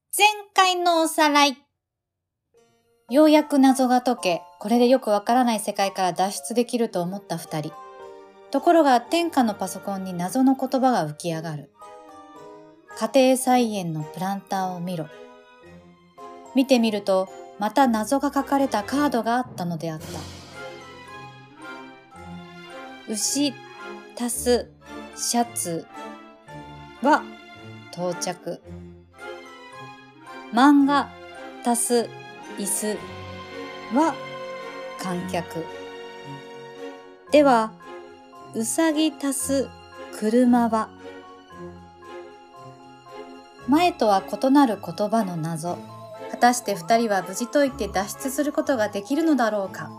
前回のおさらい。ようやく謎が解け、これでよくわからない世界から脱出できると思った二人。ところが天下のパソコンに謎の言葉が浮き上がる。家庭菜園のプランターを見ろ。見てみると、また謎が書かれたカードがあったのであった。牛足すシャツは到着。漫画足す椅子は観客。では、うさぎ足す車は。前とは異なる言葉の謎。果たして二人は無事解いて脱出することができるのだろうか。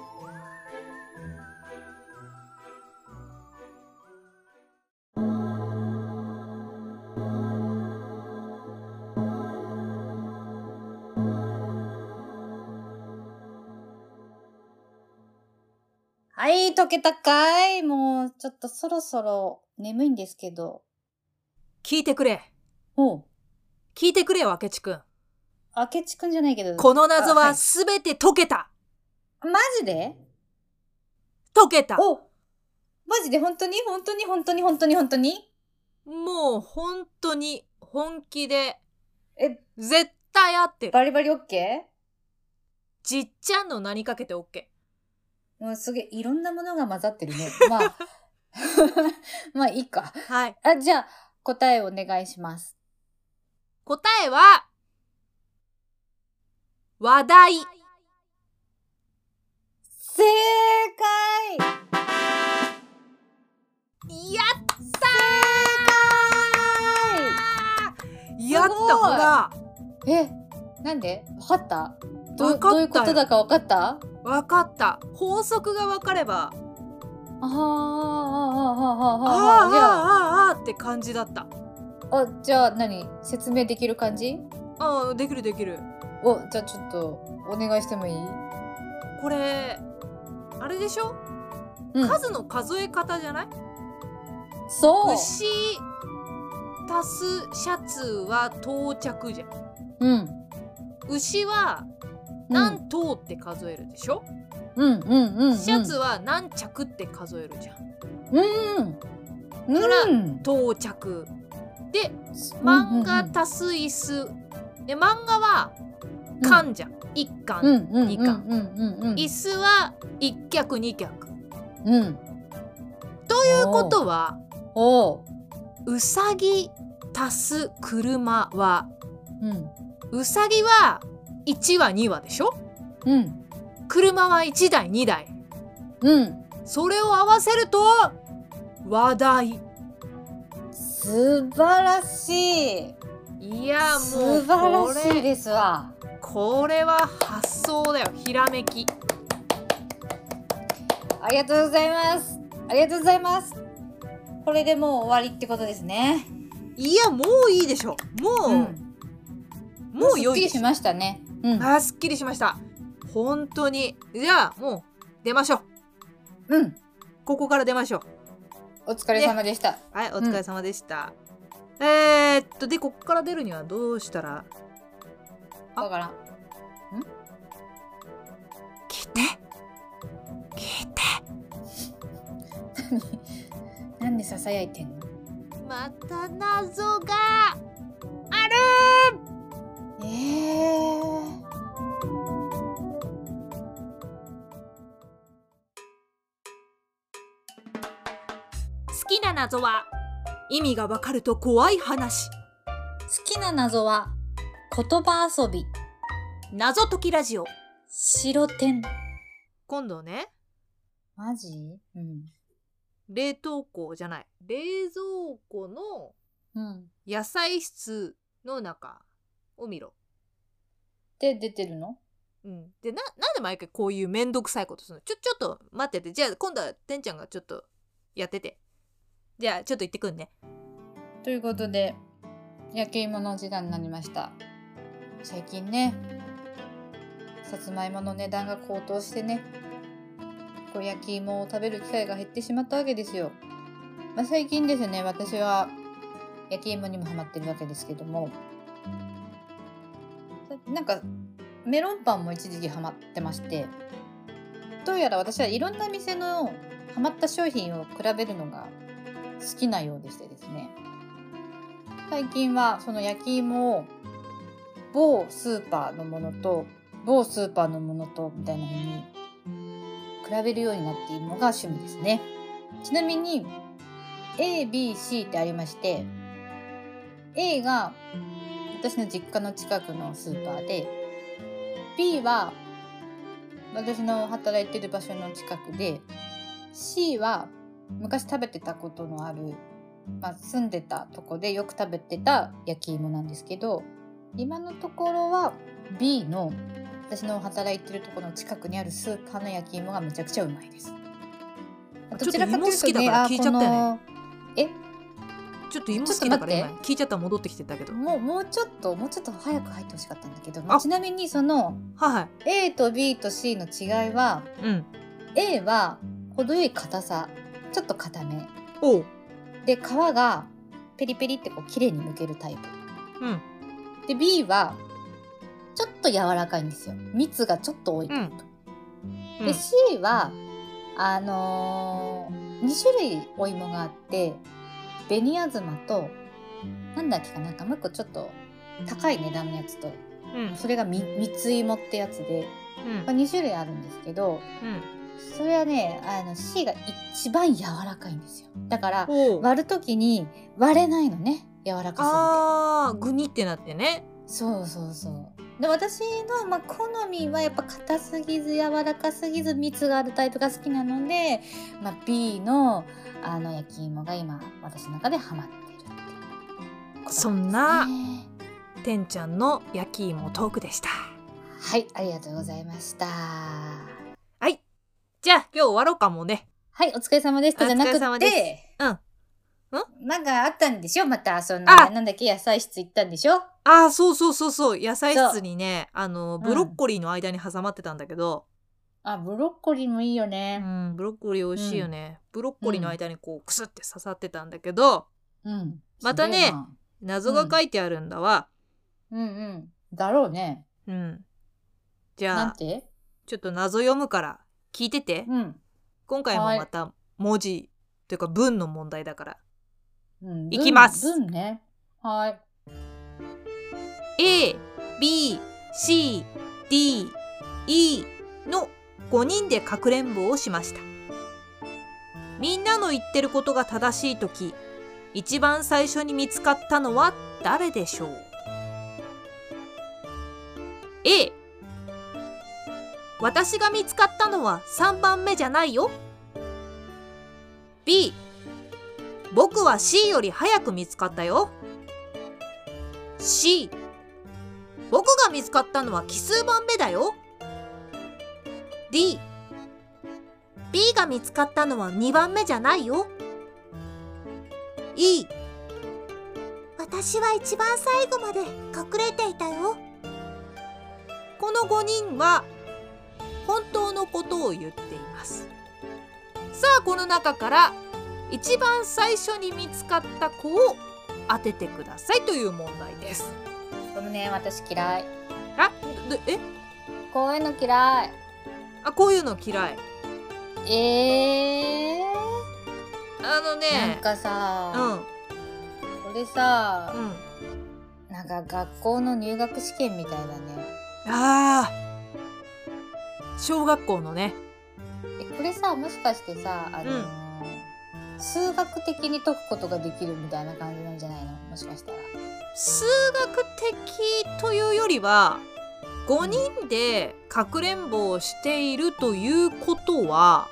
はい、解けたかい？もう、ちょっとそろそろ眠いんですけど。 聞いてくれ。 おう。 聞いてくれよ、明智くん。 明智くんじゃないけど。 この謎ははいすべて解けた。 マジで？ 解けた。 お、マジで本当にもう本当に本気でえ、 絶対合ってる。 バリバリオッケじっちゃんの名にかけて OK。 もうすげえいろんなものが混ざってるね。まあ、まあいいか。 はい。 じゃあ答えお願いします。 答えは、話題。 正解！ やったー！やった、ほら。 なんで？わかった？ わかったよ。 どういうことだかわかった？ わかった。法則がわかれば、って感じだった。 じゃあ説明できる感じ？ できるできる。 じゃあちょっとお願いしてもいい？ これあれでしょ、数の数え方じゃない？ そう。 牛足すシャツは到着じゃん。牛は何頭って数えるでしょ？シャツは何着って数えるじゃん。ほら、到着で、漫画足す椅子で、漫画は巻じゃん。1巻2巻。椅子は1脚2脚。ということは、うさぎ足す車は、うさぎは1話2話でしょ？車は1台2台。それを合わせると話題。 素晴らしい。 いや、もう素晴らしいですわ。 これは発想だよ。ひらめき。 ありがとうございます。これでもう終わりってことですね。 いや、もういいでしょ。もう良い。 すっきりしましたね。 すっきりしました。本当に。じゃあもう出ましょう。ここから出ましょう。 お疲れ様でした。 はい、お疲れ様でした。で、ここから出るにはどうしたら？ わからん。 聞いて。 なんでささやいてんの？ また謎がある。好きな謎は意味がわかると怖い話。 好きな謎は言葉遊び。 謎解きラジオ白点。 今度ね。 マジ？ 冷凍庫じゃない、冷蔵庫の野菜室の中を見ろ。 で出てるの？ で、なんで毎回こういうめんどくさいことするの？ちょっと待ってて。じゃあ今度はてんちゃんがちょっとやってて。じゃあちょっと行ってくんね。 ということで焼き芋の時間になりました。最近ね、さつまいもの値段が高騰してね、焼き芋を食べる機会が減ってしまったわけですよ。最近ですね、私は焼き芋にもハマってるわけですけども、 なんかメロンパンも一時期ハマってまして、どうやら私はいろんな店のハマった商品を比べるのが好きなようでしてですね、最近はその焼き芋を某スーパーのものと某スーパーのものとみたいな風に比べるようになっているのが趣味ですね。ちなみに A、B、C ってありまして、 A が私の実家の近くのスーパーで、 B は私の働いてる場所の近くで、 C は昔食べてたことのある、住んでたとこでよく食べてた焼き芋なんですけど、今のところは B の私の働いてるところの近くにあるスーパーの焼き芋がめちゃくちゃうまいです。 どちらかというとね、ちょっと芋好きだから聞いちゃったよね。ちょっと芋好きだから今聞いちゃったら戻ってきてたけど、もうちょっと早く入ってほしかったんだけど、ちなみにその、A と B と C の違いは、A は程よい硬さ、ちょっと硬めで、皮がペリペリってこう綺麗に剥けるタイプ、で B はちょっと柔らかいんですよ。蜜がちょっと多いタイプ、で C は2種類お芋があって、紅あずまとなんだっけかなんかもう一個ちょっと高い値段のやつと、それが蜜芋ってやつで、2種類あるんですけど、それはねC が一番柔らかいんですよ。だから割るときに割れないのね、柔らかすぎて。 グニってなってね。 そうで、私の、好みはやっぱ硬すぎず柔らかすぎず蜜があるタイプが好きなので、B の焼き芋が今私の中でハマっているっていうことなんですね。 そんなてんちゃんの焼き芋トークでした。 はい、ありがとうございました。 はい、じゃあ今日終わろうかもね。 はい、お疲れ様でしたじゃなくて、なんかあったんでしょ、またなんだっけ、野菜室行ったんでしょ。 そう野菜室にね、ブロッコリーの間に挟まってたんだけど、 ブロッコリーもいいよね。 ブロッコリー美味しいよね。ブロッコリーの間にこうクスって刺さってたんだけど、またね謎が書いてあるんだわ。 だろうね。 じゃあちょっと謎読むから聞いてて。今回もまた文字というか文の問題だから、いきます。 文ね。はい。 A、B、C、D、E の5人でかくれんぼをしました。みんなの言ってることが正しいとき、一番最初に見つかったのは誰でしょう？ A、私が見つかったのは3番目じゃないよ。 B、僕は C より早く見つかったよ。 C、僕が見つかったのは奇数番目だよ。 D、B が見つかったのは2番目じゃないよ。 E、私は一番最後まで隠れていたよ。この5人は本当のことを言っています。さあこの中から一番最初に見つかった子を当ててくださいという問題です。 これね、私嫌い。こういうの嫌い。 こういうの嫌い。 なんかさ、これさ、なんか学校の入学試験みたいだね。 小学校のね。 これさ、もしかしてさ、数学的に解くことができるみたいな感じなんじゃないの？もしかしたら。 数学的というよりは、5人でかくれんぼをしているということは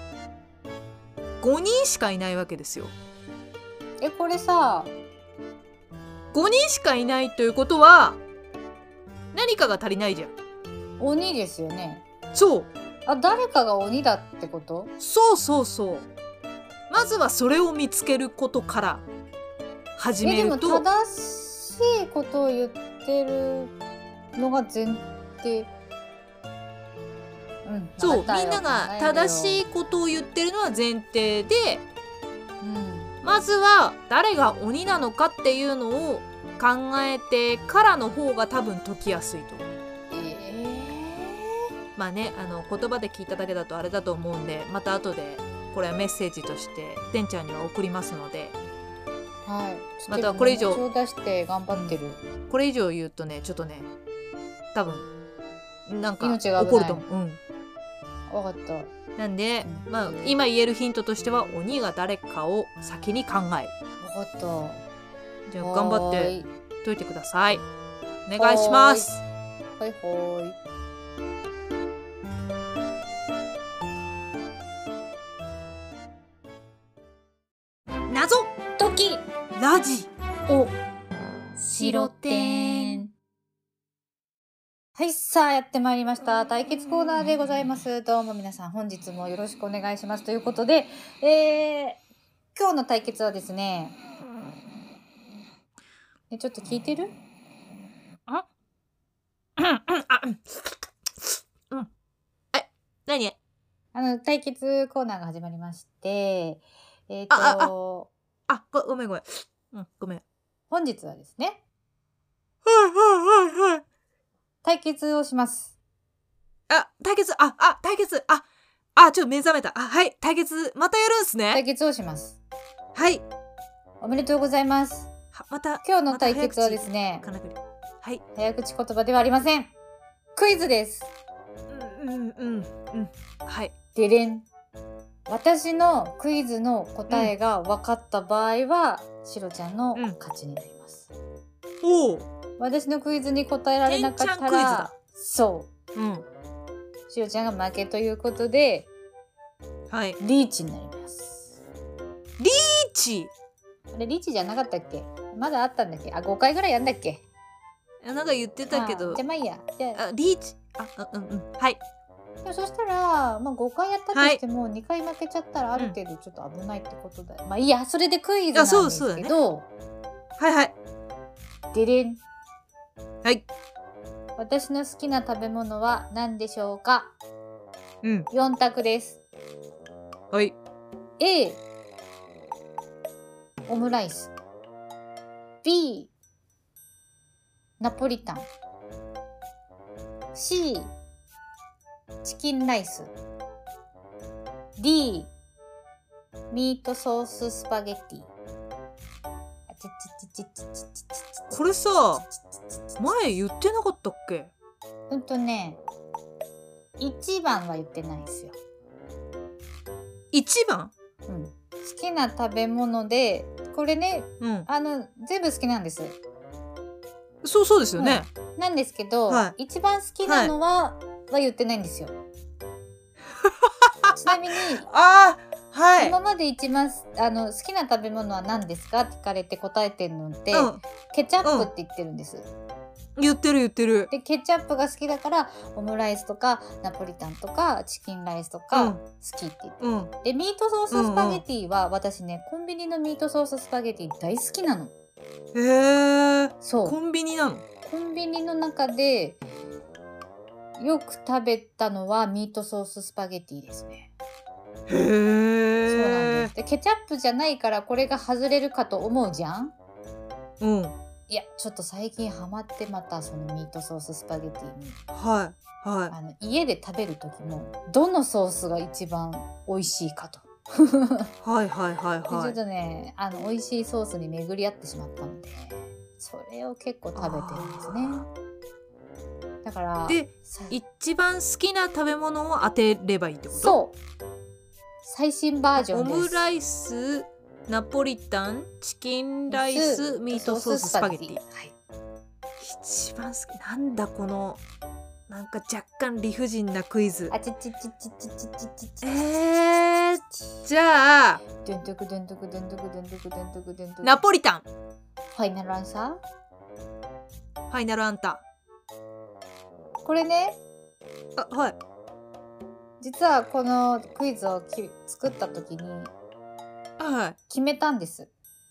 5人しかいないわけですよ。 これさ、 5人しかいないということは何かが足りないじゃん。 鬼ですよね。 そう。 誰かが鬼だってこと？ そう。まずはそれを見つけることから始めると。 でも正しいことを言ってるのが前提。 そう、みんなが正しいことを言ってるのは前提で、まずは誰が鬼なのかっていうのを考えてからの方が多分解きやすいと思う。まあね、言葉で聞いただけだとあれだと思うんで、また後でこれはメッセージとしててんちゃんには送りますので、 はい、 またこれ以上出して頑張ってる、 これ以上言うとねちょっとね多分なんか命が怒ると思う。 分かった。 なんで、まあ、今言えるヒントとしては鬼が誰かを先に考える。 分かった。 じゃあ頑張って解いてください。お願いします。 はいはい。 謎解きラジオ白点。はい、さあやってまいりました対決コーナーでございます。どうも皆さん本日もよろしくお願いしますということで、今日の対決はですね、ちょっと聞いてる？ 何？ 対決コーナーが始まりまして、 ごめん。ごめん。 本日はですね、 はい。 対決をします。 対決。ちょっと目覚めた。はい、対決、またやるんすね。 対決をします。 はい。 おめでとうございます。今日の対決はですね、 はい。 早口言葉ではありません。クイズです。 はい。 でれん。私のクイズの答えが分かった場合は、しろちゃんの勝ちになります。 おお。 私のクイズに答えられなかったら、そう。しろちゃんが負けということで、 はい。 リーチになります。 リーチ？ あれリーチじゃなかったっけ？まだあったんだっけ？5回ぐらいやんだっけ？ なんか言ってたけど。 じゃあまあいいや。 リーチ。はい。 でもそしたら、5回やったとしても、2回負けちゃったらある程度ちょっと危ないってことだよ。まあいいや、それでクイズなんですけど、 はい。 でれん。 はい。 私の好きな食べ物は何でしょうか？4択です。 はい。 A、オムライス。B、ナポリタン。C、チキンライス。D、ミートソーススパゲッティ。 これさ、前言ってなかったっけ ？1番は言ってないですよ。 1番？ 好きな食べ物で、これね、全部好きなんです。 そうですよね。 なんですけど、一番好きなのは言ってないんですよ。ちなみに、今まで一番好きな食べ物は何ですかって聞かれて答えてるのって、ケチャップって言ってるんです。 言ってる。 でケチャップが好きだからオムライスとかナポリタンとかチキンライスとか好きって言ってる。でミートソーススパゲティは私ね、コンビニのミートソーススパゲティ大好きなの。 へえ。 そう。 コンビニなの？ コンビニの中でよく食べたのはミートソーススパゲティですね。 へえ。 そうなんです。でケチャップじゃないからこれが外れるかと思うじゃん。いやちょっと最近ハマってまたそのミートソーススパゲティに、家で食べる時もどのソースが一番美味しいかとちょっとね美味しいソースに巡り合ってしまったのでそれを結構食べてるんですね。だからで一番好きな食べ物を当てればいいってこと？ そう最新バージョンです。 オムライス、ナポリタン、チキンライス、ミートソーススパゲティ。一番好きなんだこのなんか若干理不尽なクイズ。じゃあナポリタン。 ファイナルアンサー？ファイナルアンタ。 これね、実はこのクイズを作った時に決めたんです。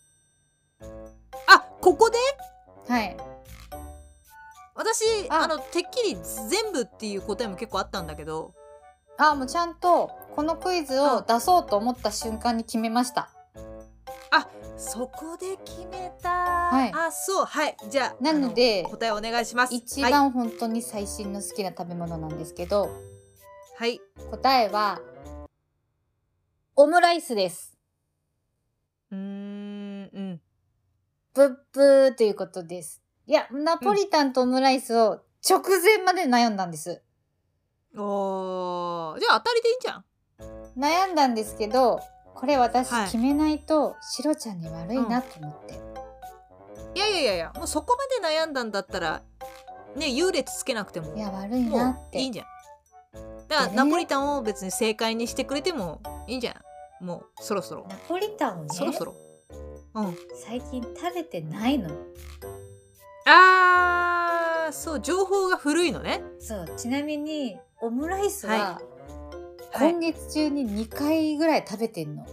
ここで？ はい。 私てっきり全部っていう答えも結構あったんだけど、 もうちゃんとこのクイズを出そうと思った瞬間に決めました。 そこで決めた、 はい、 あ、そう、はい、じゃあなので答えお願いします。 一番本当に最新の好きな食べ物なんですけど、 はい、 答えはオムライスです。 うん。 ブッブーということです。いや、ナポリタンとオムライスを直前まで悩んだんです。 おー、じゃあ当たりでいいんじゃん。 悩んだんですけど、これ私決めないとシロちゃんに悪いなと思って、 いや、もうそこまで悩んだんだったらね、優劣つけなくても、 いや悪いなっていいんじゃん。だからナポリタンを別に正解にしてくれてもいいんじゃん。もうそろそろナポリタンをね、 そろそろ最近食べてないの。 そう、情報が古いのね。 そう、ちなみにオムライスは今月中に2回ぐらい食べてんの。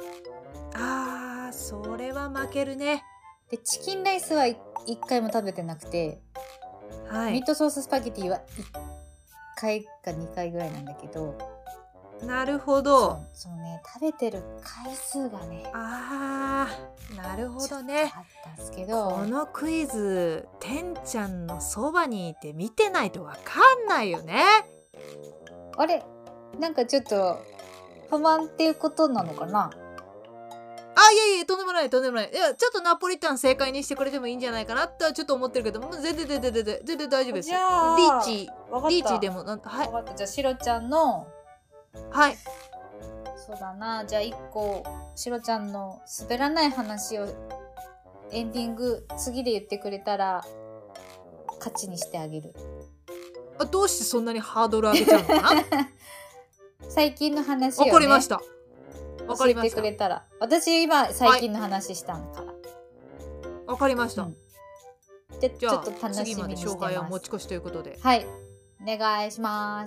それは負けるね。 でチキンライスは1回も食べてなくて、ミートソーススパゲティは1回か2回ぐらいなんだけど。 なるほど。 そうね、食べてる回数がね。 なるほどね。 あったんですけど、 このクイズてんちゃんのそばにいて見てないとわかんないよね。 あれ、なんかちょっと不満っていうことなのかな。 いやとんでもない。いや、ちょっとナポリタン正解にしてくれてもいいんじゃないかなってちょっと思ってるけど、全然大丈夫です。 じゃあリーチでもはい。分かった。じゃあシロちゃんの、 はい。 そうだな、じゃあ1個シロちゃんの滑らない話をエンディング次で言ってくれたら勝ちにしてあげる。 どうしてそんなにハードル上げちゃうのかな。 最近の話をね、 わかりました。 教えてくれたら。私今最近の話したんから。 わかりました。 じゃあちょっと楽しみにしてます。 次まで勝敗は持ち越しということで。 はい、お願いします。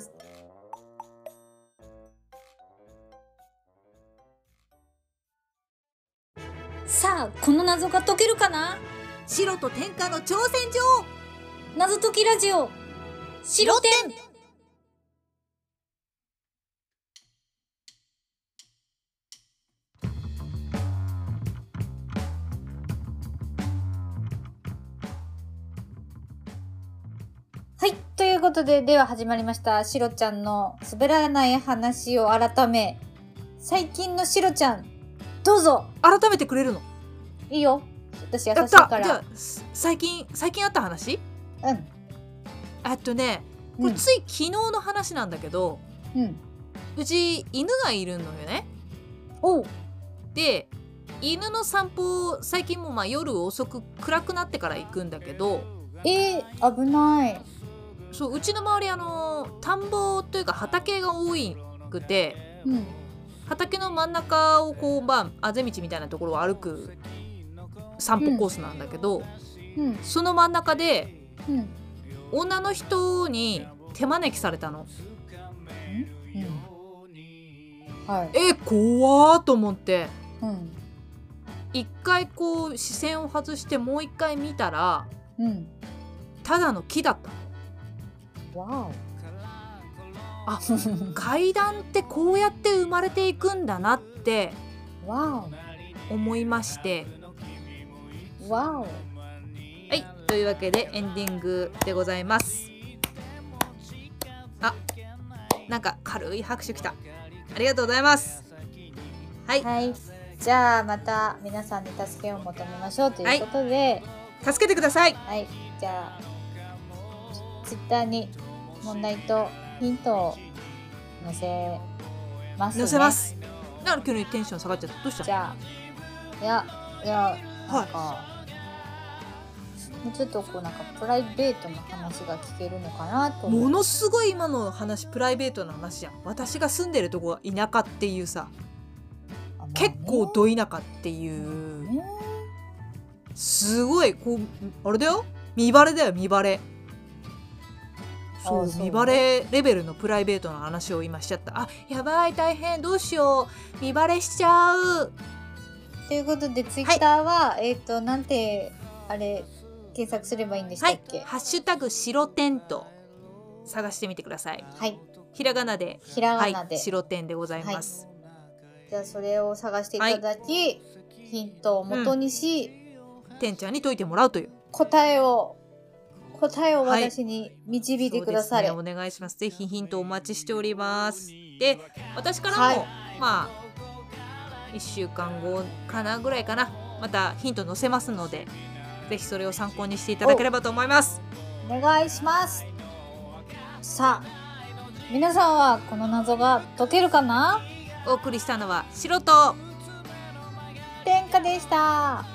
さあ、この謎が解けるかな。 白と天下の挑戦状、 謎解きラジオ白天。はい、ということで、では始まりましたシロちゃんの滑らない話を改め、最近のシロちゃんどうぞ。 改めてくれるの？ いいよ、私優しいから。 じゃあ最近あった話？ うん。 これつい昨日の話なんだけど、うち犬がいるのよね。で、犬の散歩最近も夜遅く暗くなってから行くんだけど、 危ない。 そう、うちの周り田んぼというか畑が多くて、畑の真ん中をこうあぜ道みたいなところを歩く散歩コースなんだけど、その真ん中で、女の人に手招きされたの。怖ーと思って、一回こう視線を外してもう一回見たら、ただの木だったの。階段ってこうやって生まれていくんだなって思いまして、はい、というわけでエンディングでございます。なんか軽い拍手きた。ありがとうございます。はい、 じゃあまた皆さんに助けを求めましょうということで、 助けてください。 じゃあツイッターに問題とヒントを載せますね。 載せます。なんか急にテンション下がっちゃった。どうした？ じゃあいやなんか、もうちょっとこうなんかプライベートな話が聞けるのかなと思って。 ものすごい今の話プライベートな話じゃん。私が住んでるとこが田舎っていうさ、結構ど田舎っていう、すごいこうあれだよ、見バレだよ、見バレ。そう、見バレレベルのプライベートな話を今しちゃった。やばい、大変、どうしよう、見バレしちゃう。 ということでツイッターは、なんてあれ検索すればいいんでしたっけ？ ハッシュタグ白天と探してみてください。ひらがなで白天でございます。 じゃあそれを探していただき、ヒヒントを元にし、 てんちゃんに解いてもらうという答えを私に導いてください。 お願いします。ぜひヒントお待ちしております。で、私からも、まあ1週間後かなぐらいかな、またヒント載せますので、ぜひそれを参考にしていただければと思います。 お願いします。さあ、皆さんはこの謎が解けるかな？ お送りしたのはシロと天下でした。